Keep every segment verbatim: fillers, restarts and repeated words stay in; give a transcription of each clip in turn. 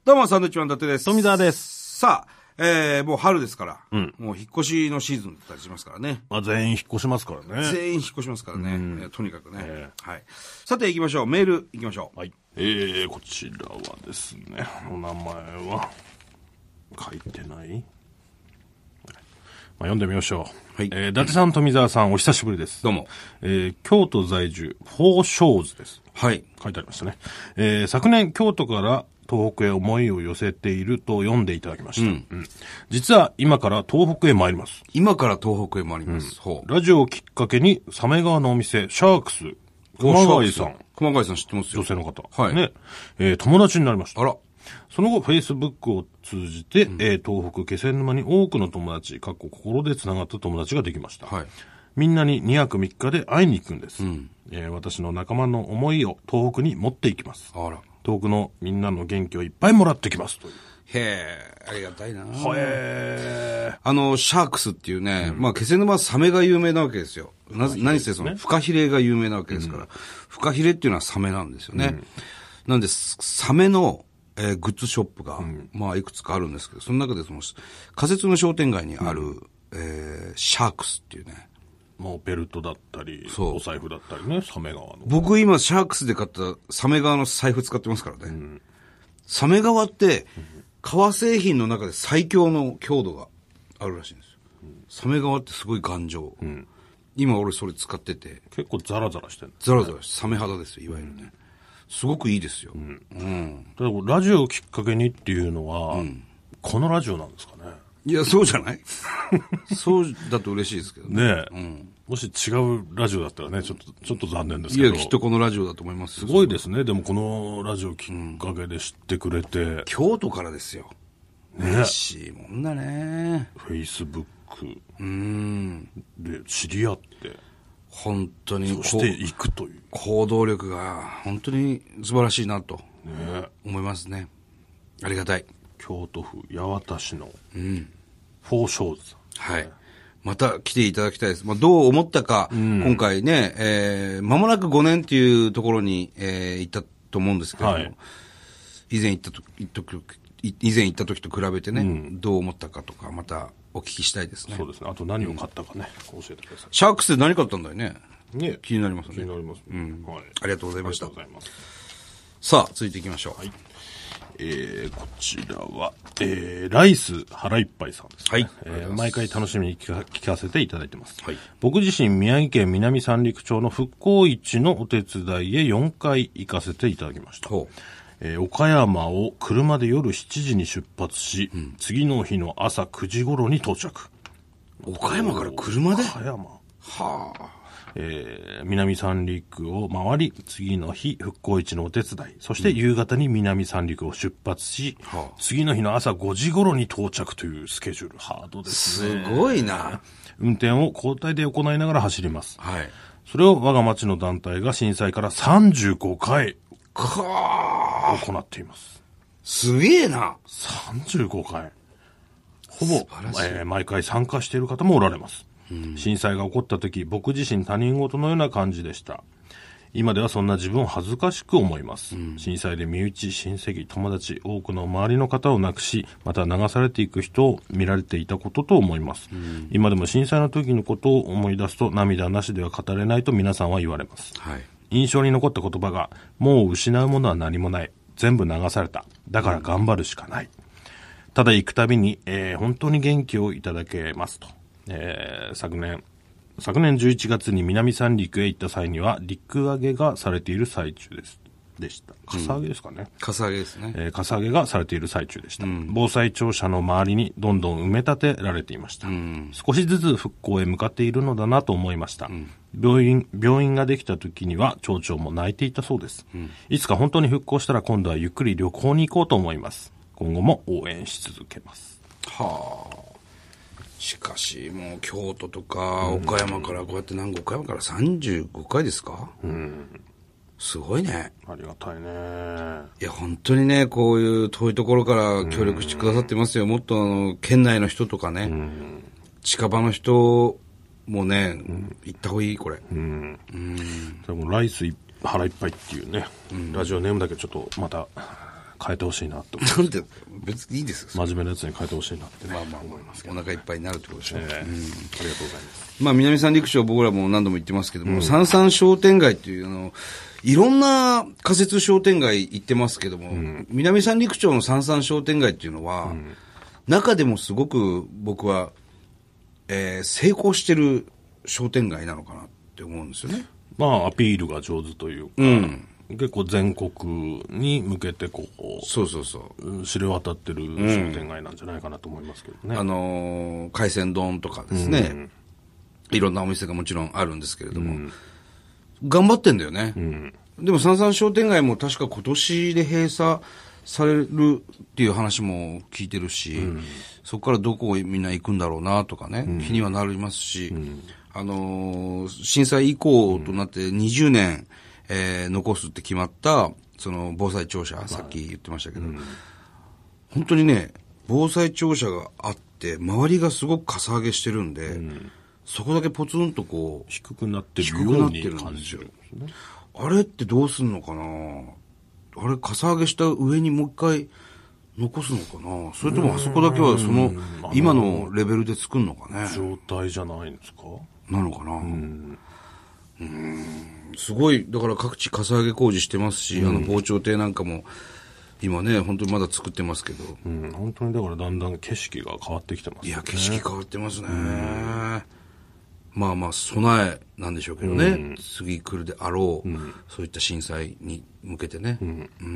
どうも、サンドウィッチマン伊達です。 富澤です。 さあ、えー、もう春ですから、 うん、 もう引っ越しのシーズンだったりしますからね。 まあ、全員引っ越しますからね。 全員引っ越しますからね。うん、えー、とにかくね、 えー。 はい。さて行きましょう。メール行きましょう。 はい。えー、こちらはですね、お名前は書いてない。まあ、読んでみましょう。はい。えー、伊達さん、富澤さん、お久しぶりです。 どうも。 えー、京都在住、フォーショーズです。 はい。 書いてありましたね。えー、昨年、京都から東北へ思いを寄せていると読んでいただきました。うんうん、実は今から東北へ参ります。 今から東北へ参ります。 うん、ラジオをきっかけに、鮫川のお店、シャークス、熊谷さん。 熊谷さん知ってますよ。 女性の方。 はい。 ね。えー、友達になりました。 あら。 その後、Facebook を通じて、うん、えー、東北気仙沼に多くの友達、かっこ心で繋がった友達ができました。はい。みんなににはくみっかで会いに行くんです。うん、えー、私の仲間の思いを東北に持っていきます。 あら。 東北のみんなの元気をいっぱいもらってきますという。 へえ、ありがたいな。 へえ。 あの、シャークスっていうね、うん、まあ、気仙沼はサメが有名なわけですよ。なぜ、何せその、フカヒレが有名なわけですから。うん、フカヒレっていうのはサメなんですよね。うん、なんで、サメの、えー、グッズショップが、うん、まあ、いくつかあるんですけど、その中でその、仮設の商店街にある、うん、えー、シャークスっていうね。 もうベルトだったり、お財布だったりね、サメ川の。 僕今、シャークスで買ったサメ川の財布使ってますからね。うん、サメ川って、革製品の中で最強の強度があるらしいんですよ。うん、サメ川ってすごい頑丈。うん、今俺それ使ってて。 結構ザラザラしてる、ね。 ザラザラして、サメ肌ですよ、いわゆるね。うん、すごくいいですよ。うんうん、だからラジオをきっかけにっていうのは、うん、このラジオなんですかね。 いや、そうじゃないそうだと嬉しいですけどね。 ねえ。うん、もし違うラジオだったらね、ちょっと、ちょっと残念ですけど。 いや、きっとこのラジオだと思いますよ。 すごいですね。でもこのラジオきっかけで知ってくれて。うん、 京都からですよ。ね。嬉しいもんだね。 フェイスブック。 うん。 で、知り合って。 本当に。 そして行くという。 行動力が本当に素晴らしいなと。ね。思いますね。ありがたい。 京都府八幡市の、うん、フォーショーズさん。 はい。また来ていただきたいです。まあ、どう思ったか、うん、今回ね、えー、間もなくごねんっていうところに、えー、行ったと思うんですけども、はい、以前行ったと、行った以前行った時と比べてね、うん、どう思ったかとか、またお聞きしたいですね。 そうですね。あと何を買ったかね、うん、教えてください。 シャークスで何買ったんだよね。 ね。 気になりますね。 気になりますね。 うん。はい。ありがとうございました。 ありがとうございます。 さあ、続いていきましょう。はい。 えー、こちらは、えー、ライス腹いっぱいさんですね。 はい。 えー、毎回楽しみに聞か、聞かせていただいてます。はい。僕自身、宮城県南三陸町の復興市のお手伝いへよんかい行かせていただきました。ほう。えー、岡山を車で夜しちじに出発し、うん、次の日の朝くじ頃に到着。 岡山から車で？ 岡山。 はあ。 えー、南三陸を回り、次の日、復興市のお手伝い、そして夕方に南三陸を出発し、うん、次の日の朝ごじ頃に到着というスケジュール、ハードですね。 すごいな。 運転を交代で行いながら走ります。 はい。 それを我が町の団体が震災からさんじゅうごかい、 か行っています。 すげえな。 さんじゅうごかい。ほぼ、えー、毎回参加している方もおられます。うん、震災が起こった時、僕自身他人事のような感じでした。今ではそんな自分を恥ずかしく思います。うん、震災で身内、親戚、友達、多くの周りの方を亡くし、また流されていく人を見られていたことと思います。うん、今でも震災の時のことを思い出すと涙なしでは語れないと皆さんは言われます。はい、印象に残った言葉が、もう失うものは何もない。全部流された。だから頑張るしかない。うん、ただ行くたびに、えー、本当に元気をいただけますと。えー、昨年、昨年じゅういちがつに南三陸へ行った際には、陸揚げがされている最中です。でした。かさ上げですかね。 かさ上げですね。 えー、かさ上げがされている最中でした。うん、防災庁舎の周りにどんどん埋め立てられていました。うん、少しずつ復興へ向かっているのだなと思いました。うん、病院、病院ができた時には町長も泣いていたそうです。うん、いつか本当に復興したら今度はゆっくり旅行に行こうと思います。今後も応援し続けます。 はあ。しかし、もう京都とか岡山からこうやって何岡山からさんじゅうごかいですか？うん。すごいね。 ありがたいね。 いや、本当にね、こういう遠いところから協力してくださってますよ。もっとあの、県内の人とかね、うん、近場の人もね、うん、行った方がいい、これ。うん。 うん。でもライス腹いっぱいっていうね、うん、ラジオネームだけちょっとまた変えてほしいなって思います。 なんで、別にいいですよ。 真面目なやつに変えてほしいなって、ね、 まあまあ思いますけど。お腹いっぱいになるってことでしょう。えー、うん、ありがとうございます。 まあ、南三陸町僕らも何度も言ってますけども、うん、三々商店街っていうの、いろんな仮設商店街行ってますけども、うん、南三陸町の三々商店街っていうのは、うん、中でもすごく僕は、えー、成功してる商店街なのかなって思うんですよね。 まあ、アピールが上手というか、うん、結構全国に向けてこう、 そうそうそう。 知れ渡ってる商店街なんじゃないかなと思いますけどね。 うん、あのー、海鮮丼とかですね、うん、いろんなお店がもちろんあるんですけれども、うん、頑張ってんだよね。うん、でも三々商店街も確か今年で閉鎖されるっていう話も聞いてるし、うん、そこからどこみんな行くんだろうなとかね、うん、気にはなりますし、うん、あのー、震災以降となってにじゅうねん、えー、残すって決まった、その防災庁舎、はい、さっき言ってましたけど、うん、本当にね、防災庁舎があって、周りがすごくかさ上げしてるんで、うん、そこだけポツンとこう、 低くなってるように感じるんですね。 あれってどうすんのかな？あれ、かさ上げした上にもう一回残すのかな？それともあそこだけはその、今のレベルで作るのかね？ 状態じゃないんですか？ なのかな？うん。うーん、すごい、だから各地かさ上げ工事してますし、うん、あの防潮堤なんかも今ね、本当にまだ作ってますけど。 うん、本当にだからだんだん景色が変わってきてますね。 いや、景色変わってますね。うん、まあまあ、備えなんでしょうけどね。うん、次来るであろう、うん、そういった震災に向けてね。うん。うん、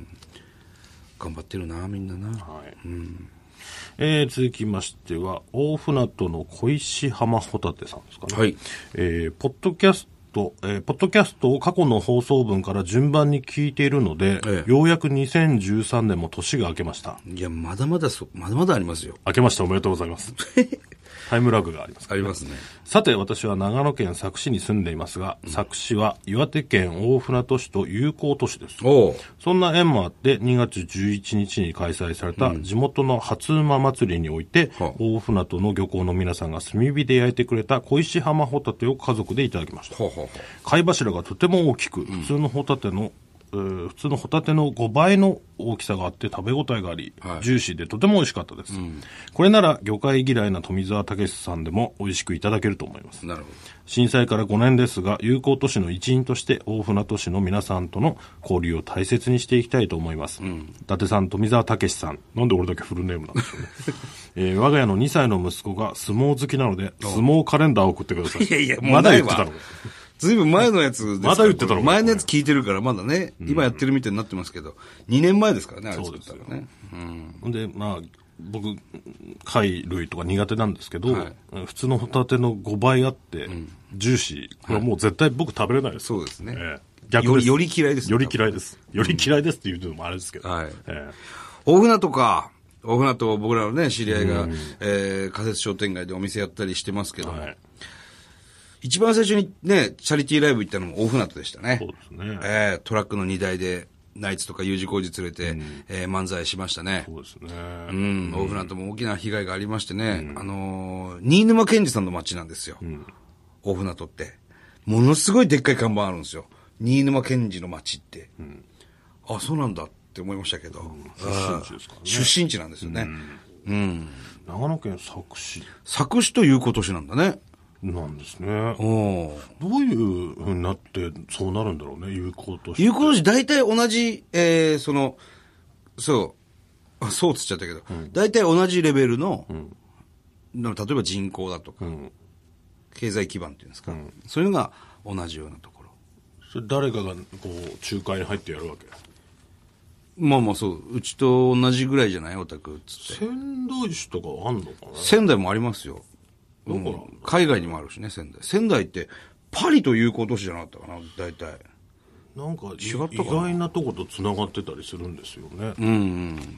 頑張ってるな、みんなな。はい。うん、 えー、続きましては、大船渡の小石浜ホタテさんですかね。 はい。 えー、ポッドキャスト、えー、ポッドキャストを過去の放送分から順番に聞いているので、ええ、ようやくにせんじゅうさんねんも年が明けました。 いや、まだまだそ、まだまだありますよ。 明けましておめでとうございます。タイムラグがありますから、ね、ありますね。 さて、私は長野県佐久市に住んでいますが、うん、佐久市は岩手県大船渡市と友好都市です。そんな縁もあってにがつじゅういちにちに開催された地元の初馬祭りにおいて、うん、大船渡の漁港の皆さんが炭火で焼いてくれた小石浜ホタテを家族でいただきました。ほうほうほう。貝柱がとても大きく、普通のホタテのえー、普通のホタテのごばいの大きさがあって食べ応えがあり、はい、ジューシーでとても美味しかったです、うん、これなら魚介嫌いな富澤たけしさんでも美味しくいただけると思います。 なるほど。 震災からごねんですが、友好都市の一員として大船渡市の皆さんとの交流を大切にしていきたいと思います、うん、伊達さん、富澤たけしさん、なんで俺だけフルネームなんでしょうね、えー、我が家のにさいの息子が相撲好きなので相撲カレンダーを送ってください。いやいや、 まだ言ってたのずいぶん前のやつですから。 まだ言ってたの前のやつ聞いてるからまだね、うん、今やってるみたいになってますけど、にねんまえですからね、あれ作ったらね。 うん。で、まあ、僕、貝類とか苦手なんですけど、はい、普通のホタテのごばいあって、うん、ジューシー。これはもう絶対僕食べれないです。 そうですね。えー、 逆です。 より嫌いです、ね。 より嫌いです。より嫌いですっていうのもあれですけど。はい。えー、 大船渡か。大船渡僕らのね、知り合いが、うん、えー、仮設商店街でお店やったりしてますけど、はい、一番最初にね、チャリティーライブ行ったのも大船渡でしたね。 そうですね。 えー、トラックの荷台で、ナイツとか U 字工事連れて、うん、えー、漫才しましたね。 そうですね。 うん、大船渡も大きな被害がありましてね、うん、あのー、新沼謙治さんの街なんですよ。うん、大船渡って。ものすごいでっかい看板あるんですよ。新沼謙治の街って。うん、あ、そうなんだって思いましたけど。うん、 出身地ですからね。 出身地なんですよね。うん。うん、 長野県佐久市。 佐久市と友好都市なんだね。 なんですね。おどういう風になってそうなるんだろうね、友好都市。 友好都市大体同じ、えー、その、そう、そうつっちゃったけど、うん、大体同じレベルの、うん、例えば人口だとか、うん、経済基盤っていうんですか、うん、そういうのが同じようなところ。 それ誰かがこう仲介に入ってやるわけ？ まあまあそう、うちと同じぐらいじゃないオタクつって。 仙台市とかあんのかな？ 仙台もありますよ。うん、海外にもあるしね、仙台。仙台って、パリと友好都市じゃなかったかな、大体。 なんか、違ったかな。意外なとこと繋がってたりするんですよね。 うん、うん。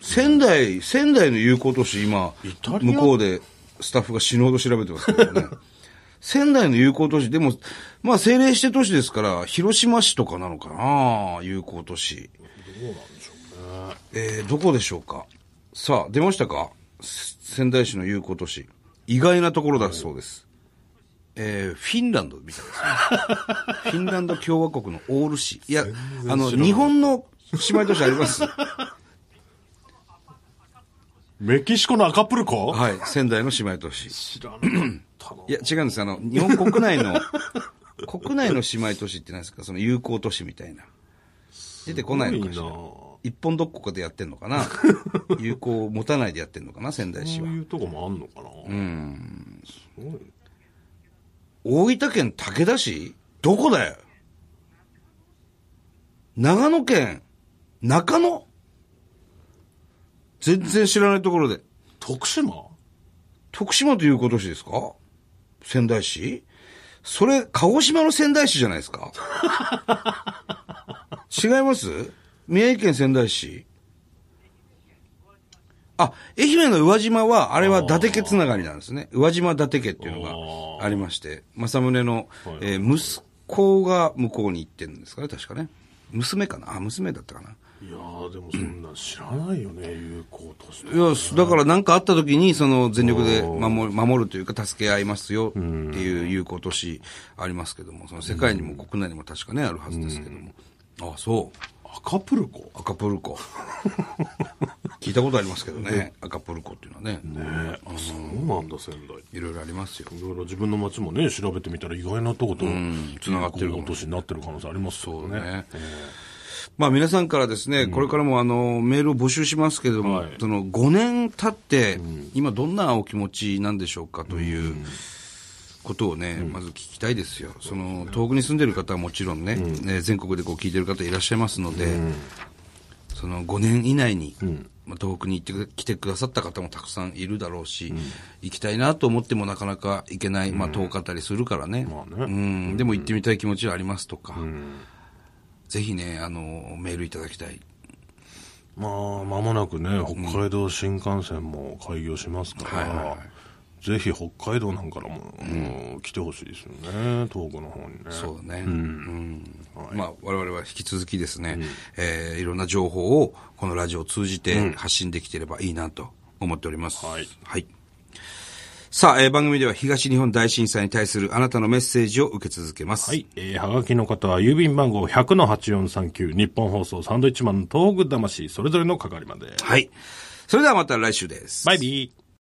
仙台、仙台の友好都市、今、向こうでスタッフが死ぬほど調べてますけどね。仙台の友好都市、でも、まあ、政令指定都市ですから、広島市とかなのかな、友好都市。 どうなんでしょうね。 えー、どこでしょうか。さあ、出ましたか？仙台市の友好都市。意外なところだそうです。えー、フィンランドみたいですね。フィンランド共和国のオール市。いや、あの、日本の姉妹都市あります。 メキシコのアカプルコ？ はい、仙台の姉妹都市。 知らなかったの。 いや、違うんです。あの、日本国内の、国内の姉妹都市って何ですか？その友好都市みたいな。出てこないのかしら。一本どっこかでやってんのかな友好を持たないでやってんのかな仙台市は。 そういうとこもあんのかな。 うん。すごい。大分県武田市？どこだよ。長野県中野？全然知らないところで。 徳島？ 徳島ということ市ですか？仙台市？それ、鹿児島の仙台市じゃないですか？違います？宮城県仙台市？あ、愛媛の宇和島は、あれは伊達家つながりなんですね。宇和島伊達家っていうのがありまして、政宗の、えー、息子が向こうに行ってるんですかね、確かね。娘かなあ、娘だったかな。 いやー、でもそんな知らないよね、友好都市、ね。 いや、だから何かあった時に、その全力で守る、守るというか助け合いますよっていう友好都市ありますけども、その世界にも国内にも確かね、あるはずですけども。あ、そう。 アカプルコ？ アカプルコ。聞いたことありますけどね、アカプルコっていうのはね。 ねえ、あ、そうなんだ、仙台。 いろいろありますよ。 いろいろ自分の街もね、調べてみたら意外なとこと、 つながってるかも。 都市になってる可能性ありますよね。そうね。えーまあ皆さんからですね、うん、これからもあのメールを募集しますけれども、はい、そのごねん経って、うん、今どんなお気持ちなんでしょうかということをね、うん、まず聞きたいですよ。その遠くに住んでる方はもちろんね、うんね、全国でこう聞いてる方いらっしゃいますので、うん、そのごねん以内に、うんまあ、遠くに行ってきてくださった方もたくさんいるだろうし、うん、行きたいなと思ってもなかなか行けない、まあ遠かったりするからね、まあねうん、でも行ってみたい気持ちはありますとか、うんぜひね、あの、メールいただきたい。 まあ、間もなくね、北海道新幹線も開業しますから、うんはいはいはい、ぜひ北海道なんかからも、うん、来てほしいですよね、東北の方にね。 そうだね。うんうんはい、まあ、我々は引き続きですね、うんえー、いろんな情報をこのラジオを通じて発信できていればいいなと思っております。うん、はい。はい。さあ、えー、番組では東日本大震災に対するあなたのメッセージを受け続けます。 はい。えー、はがきの方は郵便番号 ひゃくのはちよんさんきゅう 日本放送サンドイッチマンの東北魂それぞれの係まで。 はい。それではまた来週です。 バイビー。